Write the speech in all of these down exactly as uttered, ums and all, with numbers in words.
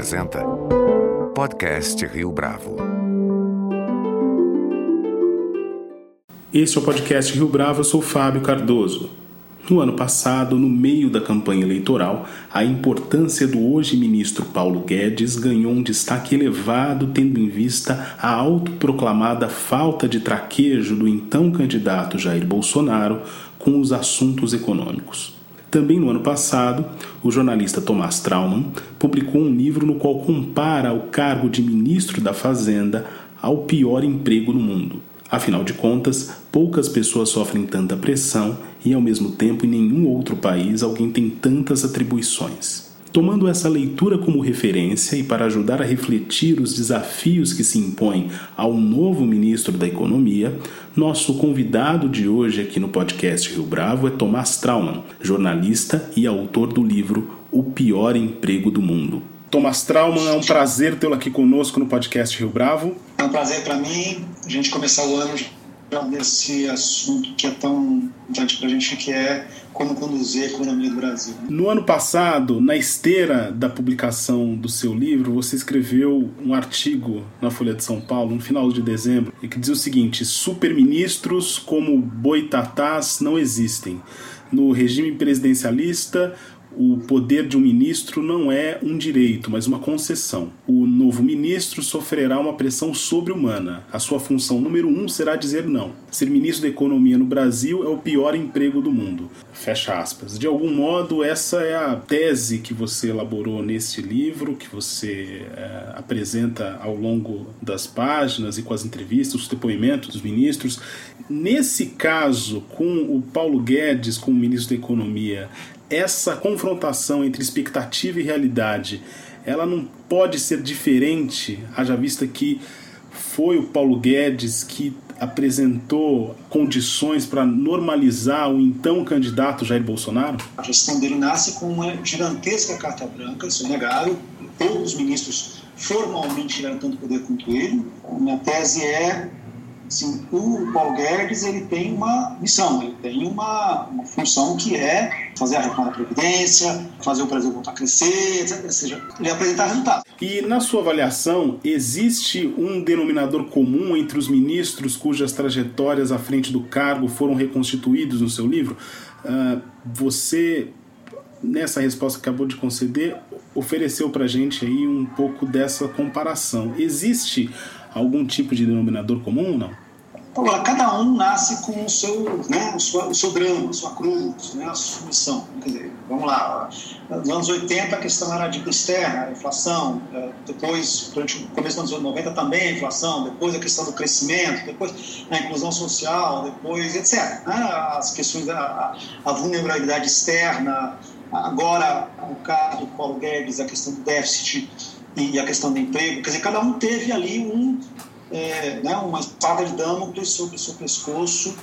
apresenta Podcast Rio Bravo. Este é o Podcast Rio Bravo, eu sou Fábio Cardoso. No ano passado, no meio da campanha eleitoral, a importância do hoje ministro Paulo Guedes ganhou um destaque elevado, tendo em vista a autoproclamada falta de traquejo do então candidato Jair Bolsonaro com os assuntos econômicos. Também no ano passado, o jornalista Thomas Trauman publicou um livro no qual compara o cargo de ministro da Fazenda ao pior emprego no mundo. Afinal de contas, poucas pessoas sofrem tanta pressão e, ao mesmo tempo, em nenhum outro país alguém tem tantas atribuições. Tomando essa leitura como referência e para ajudar a refletir os desafios que se impõem ao novo ministro da Economia, nosso convidado de hoje aqui no podcast Rio Bravo é Thomas Trauman, jornalista e autor do livro O Pior Emprego do Mundo. Thomas Trauman, é um prazer tê-lo aqui conosco no podcast Rio Bravo. É um prazer para mim a gente começar o ano nesse assunto que é tão importante para a gente, que é como conduzir a economia do Brasil. No ano passado, na esteira da publicação do seu livro, você escreveu um artigo na Folha de São Paulo, no final de dezembro, e que dizia o seguinte: superministros como boitatás não existem. No regime presidencialista, o poder de um ministro não é um direito, mas uma concessão. O novo ministro sofrerá uma pressão sobre-humana. A sua função número um será dizer não. Ser ministro da Economia no Brasil é o pior emprego do mundo. Fecha aspas. De algum modo, essa é a tese que você elaborou neste livro, que você é, apresenta ao longo das páginas e com as entrevistas, os depoimentos dos ministros. Nesse caso, com o Paulo Guedes como ministro da Economia, essa confrontação entre expectativa e realidade, ela não pode ser diferente, haja vista que foi o Paulo Guedes que apresentou condições para normalizar o então candidato Jair Bolsonaro? A gestão dele nasce com uma gigantesca carta branca, isso é inegável. Todos os ministros formalmente tiveram tanto poder quanto ele. A minha tese é: assim, o Paulo Guedes ele tem uma missão, ele tem uma, uma função que é fazer a reforma da Previdência, fazer o Brasil voltar a crescer, etcétera. Ou seja, ele apresentar resultados. E na sua avaliação, existe um denominador comum entre os ministros cujas trajetórias à frente do cargo foram reconstituídos no seu livro? Uh, você, nessa resposta que acabou de conceder, ofereceu para a gente aí um pouco dessa comparação. Existe algum tipo de denominador comum ou não? Agora, cada um nasce com o seu, né, o, seu, o seu drama, a sua cruz, né, a sua missão. Quer dizer, vamos lá, nos anos oitenta a questão era a dívida externa, a inflação, depois, durante o começo dos anos noventa também a inflação, depois a questão do crescimento, depois a inclusão social, depois, etcétera. Né, as questões da a vulnerabilidade externa, agora, no caso do Paulo Guedes, a questão do déficit e a questão do emprego. Quer dizer, cada um teve ali um, é, né, uma espada de Damocles sobre o seu pescoço,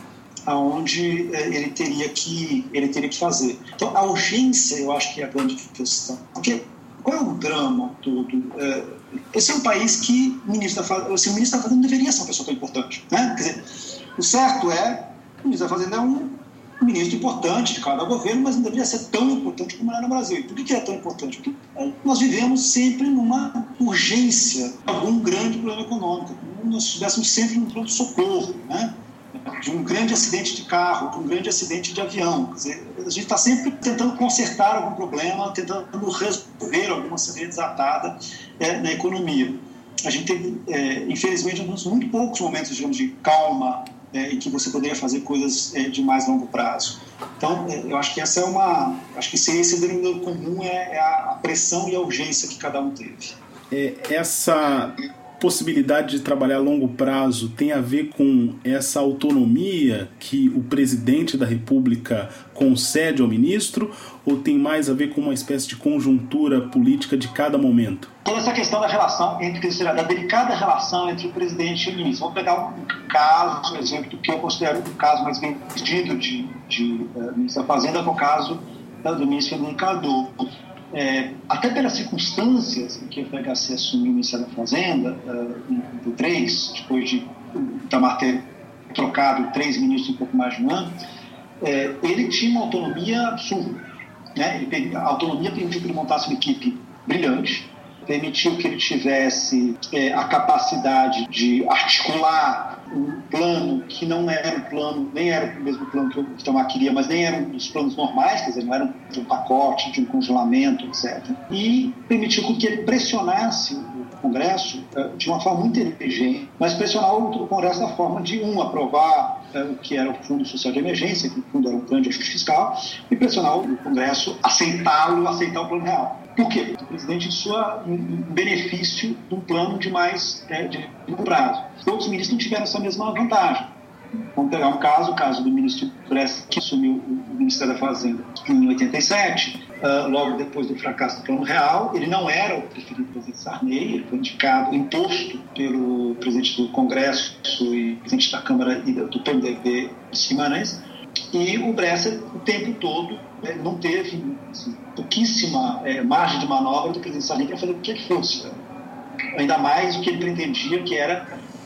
aonde é, ele, teria que, ele teria que fazer. Então, a urgência, eu acho que é a grande questão. Porque qual é o drama todo? É, esse é um país que o ministro da Fazenda, o ministro da Fazenda não deveria ser uma pessoa tão importante. Né? Quer dizer, o certo é, o ministro da Fazenda é um um ministro importante de cada governo, mas não deveria ser tão importante como era no Brasil. E por que é tão importante? Porque nós vivemos sempre numa urgência, algum grande problema econômico. Nós estivéssemos sempre num pronto-socorro, né? De um grande acidente de carro, de um grande acidente de avião. Quer dizer, a gente está sempre tentando consertar algum problema, tentando resolver alguma cedeira desatada é, na economia. A gente teve, é, infelizmente, muito poucos momentos, digamos, de calma, É, e que você poderia fazer coisas é, de mais longo prazo. Então, é, eu acho que essa é uma... Acho que esse denominador comum é, é a pressão e a urgência que cada um teve. É, essa possibilidade de trabalhar a longo prazo tem a ver com essa autonomia que o presidente da República concede ao ministro, ou tem mais a ver com uma espécie de conjuntura política de cada momento? Toda essa questão da relação, entre, da delicada relação entre o presidente e o ministro. Vamos pegar um caso, um exemplo, que eu considero o caso mais bem sucedido de, de uh, ministro da Fazenda, que é o caso uh, do ministro Fernando Cardoso. É, até pelas circunstâncias em que o F H C assumiu o Ministério da Fazenda, uh, em dois mil e três, depois de o Itamar ter trocado três ministros em pouco mais de um ano, é, ele tinha uma autonomia absurda. Né? Ele, a autonomia permitiu que ele montasse uma equipe brilhante, permitiu que ele tivesse é, a capacidade de articular um plano que não era um plano, nem era o mesmo plano que o Itamar queria, mas nem era um dos planos normais, quer dizer, não era de um pacote, de um congelamento, etcétera. E permitiu que ele pressionasse o Congresso uh, de uma forma muito inteligente, mas pressionar o Congresso da forma de, um, aprovar uh, o que era o Fundo Social de Emergência, que no fundo era um plano de ajuste fiscal, e pressionar o Congresso a aceitá-lo, aceitar o plano real. Por quê? O presidente, em, sua, em benefício de um plano de mais é, de longo prazo. Outros ministros não tiveram essa mesma vantagem. Vamos pegar um caso, o caso do ministro Bresser, que assumiu o Ministério da Fazenda em oitenta e sete, uh, logo depois do fracasso do Plano Real. Ele não era o preferido do presidente Sarney, ele foi indicado, imposto pelo presidente do Congresso e presidente da Câmara e do P M D B, Guimarães. E o Bresser, o tempo todo, é, não teve assim, pouquíssima é, margem de manobra do presidente Sarney para fazer o que ele fosse. Ainda mais o que ele pretendia, que era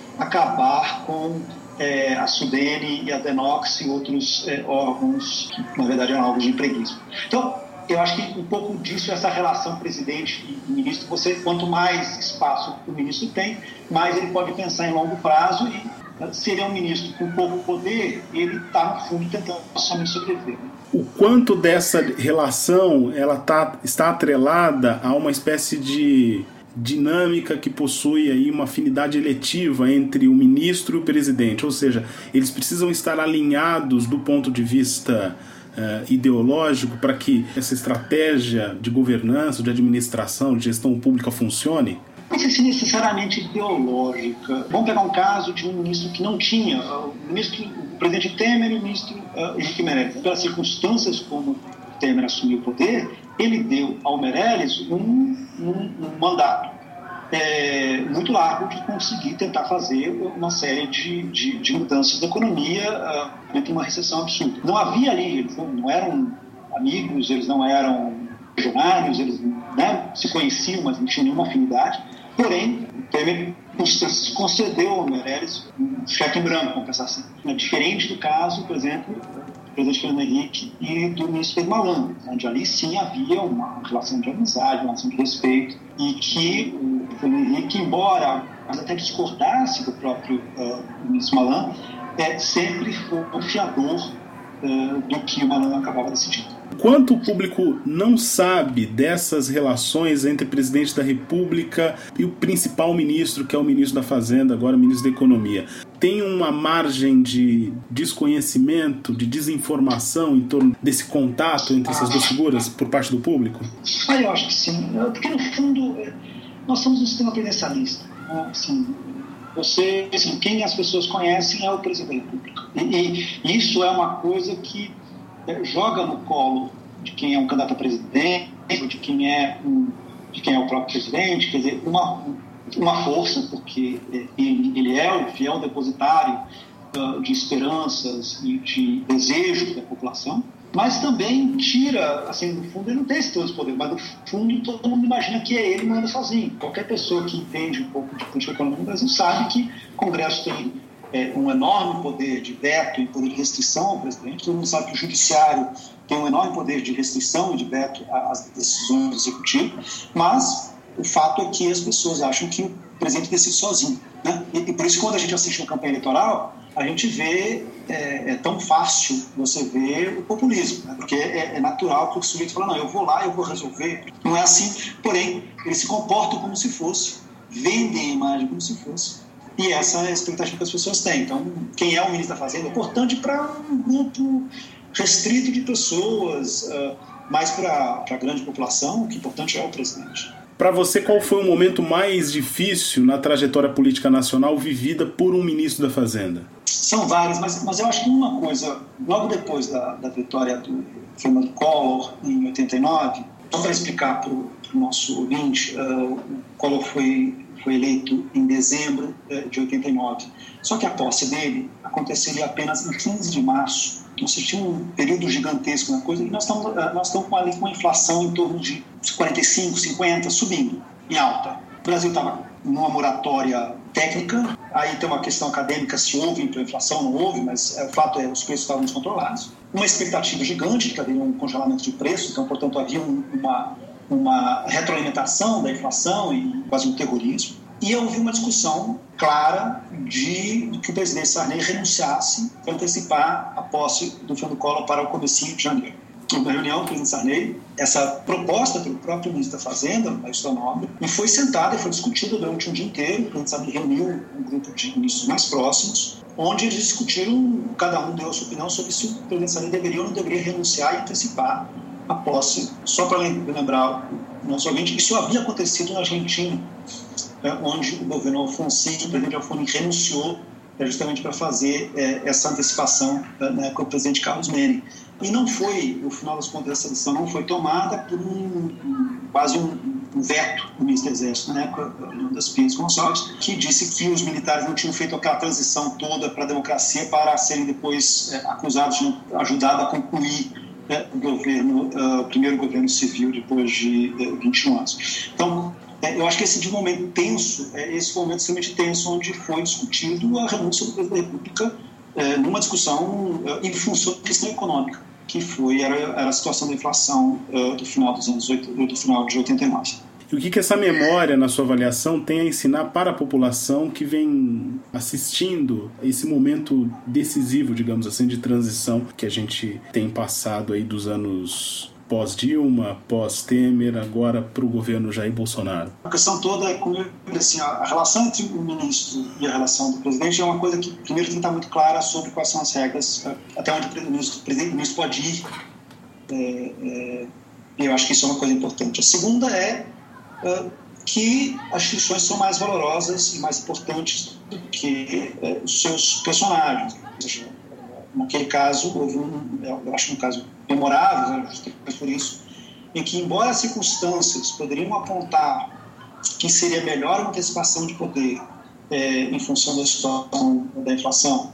acabar com é, a Sudene e a Denox e outros é, órgãos que, na verdade, eram alvos de empreguismo. Então, eu acho que um pouco disso, essa relação presidente e ministro, você, quanto mais espaço o ministro tem, mais ele pode pensar em longo prazo e, se ele é um ministro com pouco poder, ele está, no fundo, tentando somente sobreviver. O quanto dessa relação ela tá, está atrelada a uma espécie de dinâmica que possui aí uma afinidade eletiva entre o ministro e o presidente, ou seja, eles precisam estar alinhados do ponto de vista uh, ideológico para que essa estratégia de governança, de administração, de gestão pública funcione? Não sei se necessariamente ideológica. Vamos pegar um caso de um ministro que não tinha, o, ministro, o presidente Temer e o ministro uh, Henrique Meirelles. Pelas circunstâncias como o Temer assumiu o poder, ele deu ao Meirelles um, um, um mandato é, muito largo de conseguir tentar fazer uma série de, de, de mudanças da economia uh, entre uma recessão absurda. Não havia ali, eles não, não eram amigos, eles não eram regionários, eles, né, se conheciam, mas não tinham nenhuma afinidade. Porém, o Temer concedeu ao Meirelles um cheque em branco, vamos pensar assim. É diferente do caso, por exemplo, do presidente Fernando Henrique e do ministro Pedro Malan, onde ali sim havia uma relação de amizade, uma relação de respeito, e que o Fernando Henrique, embora até discordasse do próprio uh, ministro Malan, é, sempre foi confiador uh, do que o Malan acabava decidindo. Quanto o público não sabe dessas relações entre o presidente da República e o principal ministro, que é o ministro da Fazenda, agora o ministro da Economia, tem uma margem de desconhecimento, de desinformação em torno desse contato entre essas duas figuras por parte do público? Ah, eu acho que sim, porque no fundo nós somos um sistema presidencialista, né? Assim, você, assim, quem as pessoas conhecem é o presidente da República, e, e isso é uma coisa que joga no colo de quem é um candidato a presidente, de quem é, um, de quem é o próprio presidente, quer dizer, uma, uma força, porque ele, ele é o fiel depositário uh, de esperanças e de desejos da população, mas também tira, assim, no fundo ele não tem esse todo poder, mas no fundo todo mundo imagina que é ele que manda sozinho. Qualquer pessoa que entende um pouco de política econômica no Brasil sabe que o Congresso tem É, um enorme poder de veto e poder de restrição ao presidente. Todo mundo sabe que o judiciário tem um enorme poder de restrição e de veto às decisões do executivo, mas o fato é que as pessoas acham que o presidente decide sozinho, né? E, e por isso, quando a gente assiste uma campanha eleitoral, a gente vê, é, é tão fácil você ver o populismo, né? Porque é, é natural que o sujeito fala, não, eu vou lá, eu vou resolver. Não é assim, porém, eles se comportam como se fosse, vendem a imagem como se fosse. E essa é a expectativa que as pessoas têm. Então, quem é o ministro da Fazenda é importante para um grupo restrito de pessoas, uh, mais para a grande população, o que é importante é o presidente. Para você, qual foi o momento mais difícil na trajetória política nacional vivida por um ministro da Fazenda? São vários, mas, mas eu acho que uma coisa, logo depois da, da vitória do Fernando Collor, em oitenta e nove, só para explicar para o nosso ouvinte, uh, o Collor foi... foi eleito em dezembro de oitenta e nove. Só que a posse dele aconteceria apenas em quinze de março. Então, você tinha um período gigantesco na coisa, e nós estamos, nós estamos com, ali, com uma inflação em torno de quarenta e cinco, cinquenta, subindo, em alta. O Brasil estava numa moratória técnica, aí tem uma questão acadêmica se houve inflação, não houve, mas é, o fato é que os preços estavam descontrolados. Uma expectativa gigante de que haveria um congelamento de preço, então, portanto, havia um, uma... uma retroalimentação da inflação e quase um terrorismo. E houve uma discussão clara de que o presidente Sarney renunciasse para antecipar a posse do Fernando Collor para o comecinho de janeiro. Uma reunião do presidente Sarney, essa proposta pelo próprio ministro da Fazenda, Ailton Nobre, e foi sentada e foi discutida durante um dia inteiro. O presidente Sarney reuniu um grupo de ministros mais próximos, onde eles discutiram, cada um deu a sua opinião sobre se o presidente Sarney deveria ou não deveria renunciar e antecipar a posse. Só para lembrar o nosso ouvinte, isso havia acontecido na Argentina, onde o governo Alfonsín, o presidente Alfonsín, renunciou justamente para fazer essa antecipação né, com o presidente Carlos Menem. E não foi, no final das contas, essa decisão não foi tomada por um, um, quase um, um veto do ministro do Exército, na época, das Pires Gonçalves, que disse que os militares não tinham feito aquela transição toda para a democracia para serem depois é, acusados de não ajudar a concluir é, o governo, uh, o primeiro governo civil depois de uh, vinte e um anos. Então, é, eu acho que esse de um momento tenso, é, esse momento extremamente tenso, onde foi discutido a renúncia do presidente da República é, numa discussão é, em função da questão econômica, que foi, era, era a situação da inflação é, do, final dos anos, do final de oitenta e nove. E o que, que essa memória, na sua avaliação, tem a ensinar para a população que vem assistindo esse momento decisivo, digamos assim, de transição que a gente tem passado aí dos anos pós-Dilma, pós-Temer, agora para o governo Jair Bolsonaro? A questão toda é, como eu disse, assim, a relação entre o ministro e a relação do presidente é uma coisa que, primeiro, tem que estar muito clara sobre quais são as regras, até onde o ministro, o presidente, o ministro pode ir. É, é, eu acho que isso é uma coisa importante. A segunda é uh, que as instituições são mais valorosas e mais importantes do que uh, os seus personagens. Ou seja, naquele caso, houve um, eu acho um caso memorável, né, justamente por isso, em que, embora as circunstâncias poderiam apontar que seria melhor uma antecipação de poder é, em função da situação da inflação,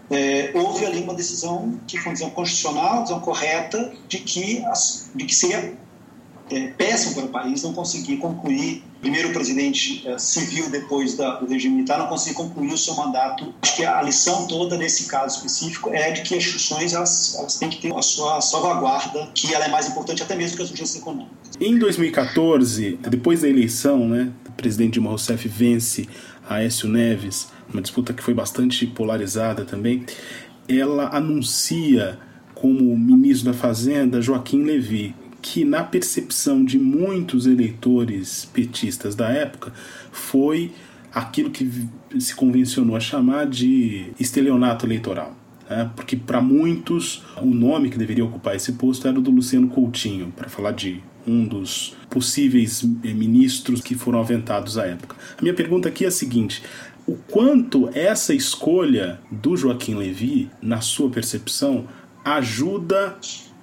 é, houve ali uma decisão que foi uma decisão constitucional, uma decisão correta, de que, as, de que seria é, péssimo para o país não conseguir concluir, primeiro o presidente é, civil, depois da, do regime militar, não conseguir concluir o seu mandato. Acho que a lição toda nesse caso específico é de que as instituições elas, elas têm que ter a sua salvaguarda, que ela é mais importante até mesmo que as urgências econômicas. Em dois mil e catorze, depois da eleição, né, o presidente Dilma Rousseff vence Aécio Neves, uma disputa que foi bastante polarizada também, ela anuncia como ministro da Fazenda Joaquim Levy, que na percepção de muitos eleitores petistas da época foi aquilo que se convencionou a chamar de estelionato eleitoral, né? Porque para muitos o nome que deveria ocupar esse posto era o do Luciano Coutinho, para falar de um dos possíveis ministros que foram aventados à época. A minha pergunta aqui é a seguinte: o quanto essa escolha do Joaquim Levy, na sua percepção, ajuda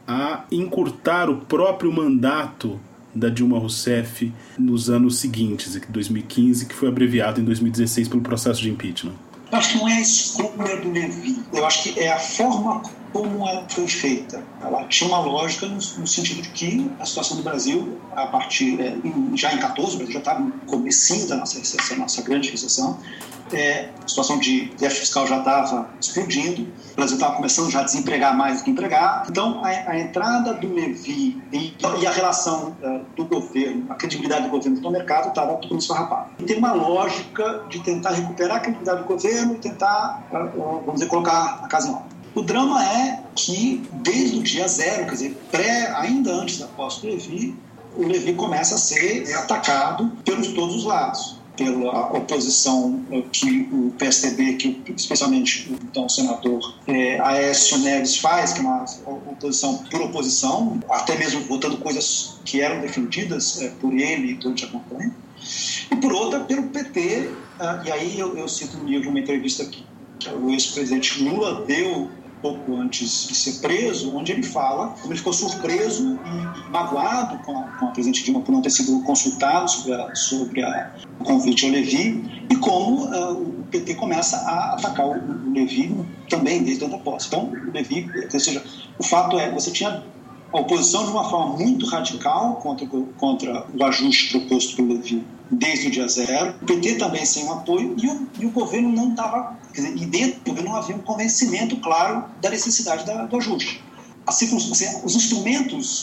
a encurtar o próprio mandato da Dilma Rousseff nos anos seguintes, dois mil e quinze, que foi abreviado em dois mil e dezesseis pelo processo de impeachment? Eu acho que não é a escolha do Levy, eu acho que é a forma como ela foi feita. Ela tinha uma lógica no, no sentido de que a situação do Brasil, a partir, é, já em catorze, o Brasil já estava no comecinho da nossa recessão, nossa grande recessão, é, a situação de déficit fiscal já estava explodindo, o Brasil estava começando já a desempregar mais do que empregar. Então, a, a entrada do Levy e, e a relação uh, do governo, a credibilidade do governo no mercado estava tudo esfarrapado. E tem uma lógica de tentar recuperar a credibilidade do governo e tentar, uh, vamos dizer, colocar a casa em ordem. O drama é que, desde o dia zero, quer dizer, pré, ainda antes da posse do Levy, o Levy começa a ser atacado pelos todos os lados. Pela oposição que o P S D B, que especialmente o então senador é, Aécio Neves faz, que é uma oposição por oposição, até mesmo votando coisas que eram defendidas é, por ele durante a campanha. E por outra, pelo P T, ah, e aí eu, eu cito no livro uma entrevista que, que o ex-presidente Lula deu pouco antes de ser preso, onde ele fala como ele ficou surpreso e magoado com a, com a presidente Dilma por não ter sido consultado sobre, a, sobre a, o convite ao Levy, e como uh, o P T começa a atacar o, o Levy também desde a posse. Então, o Levy, ou seja, o fato é, você tinha a oposição de uma forma muito radical contra, contra o ajuste proposto pelo Levy desde o dia zero, o P T também sem um apoio, e o, e o governo não estava, e dentro do governo não havia um convencimento claro da necessidade da, do ajuste. Assim, os instrumentos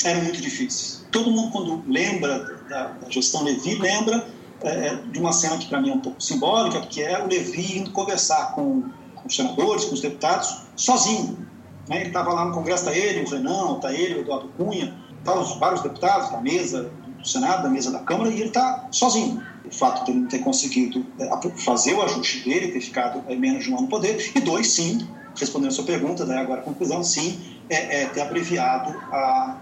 eram muito difíceis. Todo mundo, quando lembra da, da gestão Levy, lembra é, de uma cena que para mim é um pouco simbólica, que é o Levy indo conversar com, com os senadores, com os deputados, sozinho. Né? Ele estava lá no Congresso, está ele, o Renan, está ele, o Eduardo Cunha, estavam os vários deputados da mesa do Senado, da mesa da Câmara, e ele está sozinho. O fato de ele não ter conseguido fazer o ajuste dele, ter ficado menos de um ano no poder, e dois, sim, respondendo a sua pergunta, daí agora a conclusão, sim, é, é ter abreviado a,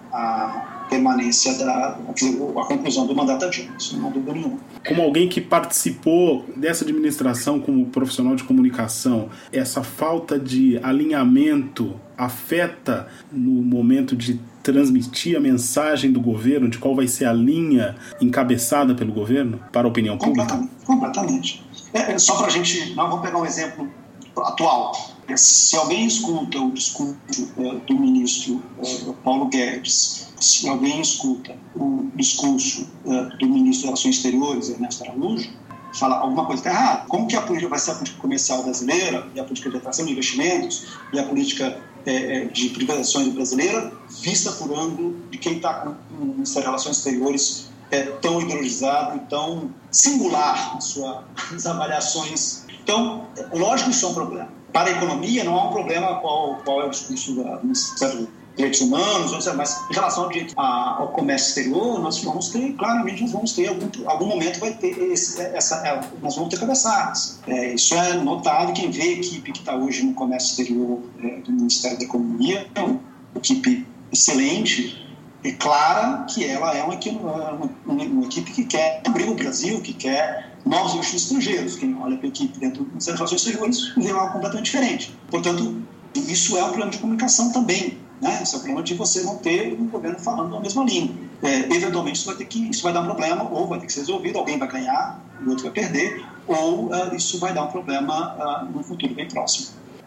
a permanência, da, a conclusão do mandato da Dilma, isso não há dúvida nenhuma. Como alguém que participou dessa administração como profissional de comunicação, essa falta de alinhamento afeta no momento de transmitir a mensagem do governo, de qual vai ser a linha encabeçada pelo governo para a opinião pública? Completamente. completamente. É, só para a gente... Nós vamos pegar um exemplo atual. Se alguém escuta o discurso é, do ministro é, Paulo Guedes, se alguém escuta o discurso é, do ministro das Relações Exteriores, Ernesto Araújo, fala alguma coisa está errada. Como que a política vai ser a política comercial brasileira, e a política de atração de investimentos, e a política é, de privatizações brasileira, vista por ângulo de quem está com o Ministério das Relações Exteriores é, tão ideologizado e tão singular em suas avaliações. Então, lógico que isso é um problema. Para a economia, não há um problema qual, qual é o discurso do Ministério dos Direitos Humanos, mas em relação ao, direito, a, ao comércio exterior, nós vamos ter, claramente, nós vamos ter, algum, algum momento vai ter, esse, essa, nós vamos ter cabeçadas. É, isso é notável, quem vê a equipe que está hoje no comércio exterior é, do Ministério da Economia, é uma equipe excelente, é clara que ela é uma, uma, uma, uma equipe que quer abrir o Brasil, que quer novos investimentos estrangeiros. Quem olha para a equipe dentro do Ministério das Relações Exteriores vê algo completamente diferente. Portanto, isso é um problema de comunicação também. Né? Isso é um problema de você não ter um governo falando a mesma língua. É, eventualmente, isso vai, ter que, isso vai dar um problema, ou vai ter que ser resolvido, alguém vai ganhar, o outro vai perder, ou uh, isso vai dar um problema uh, no futuro bem próximo.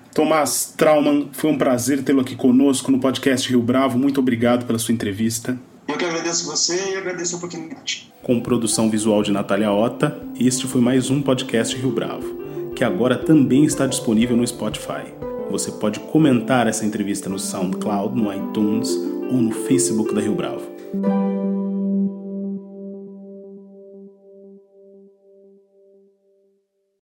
Tomás Trauman, foi um prazer tê-lo aqui conosco no podcast Rio Bravo. Muito obrigado pela sua entrevista. Eu que agradeço você e agradeço a oportunidade. Com produção visual de Natália Ota, este foi mais um podcast Rio Bravo, que agora também está disponível no Spotify. Você pode comentar essa entrevista no SoundCloud, no iTunes ou no Facebook da Rio Bravo.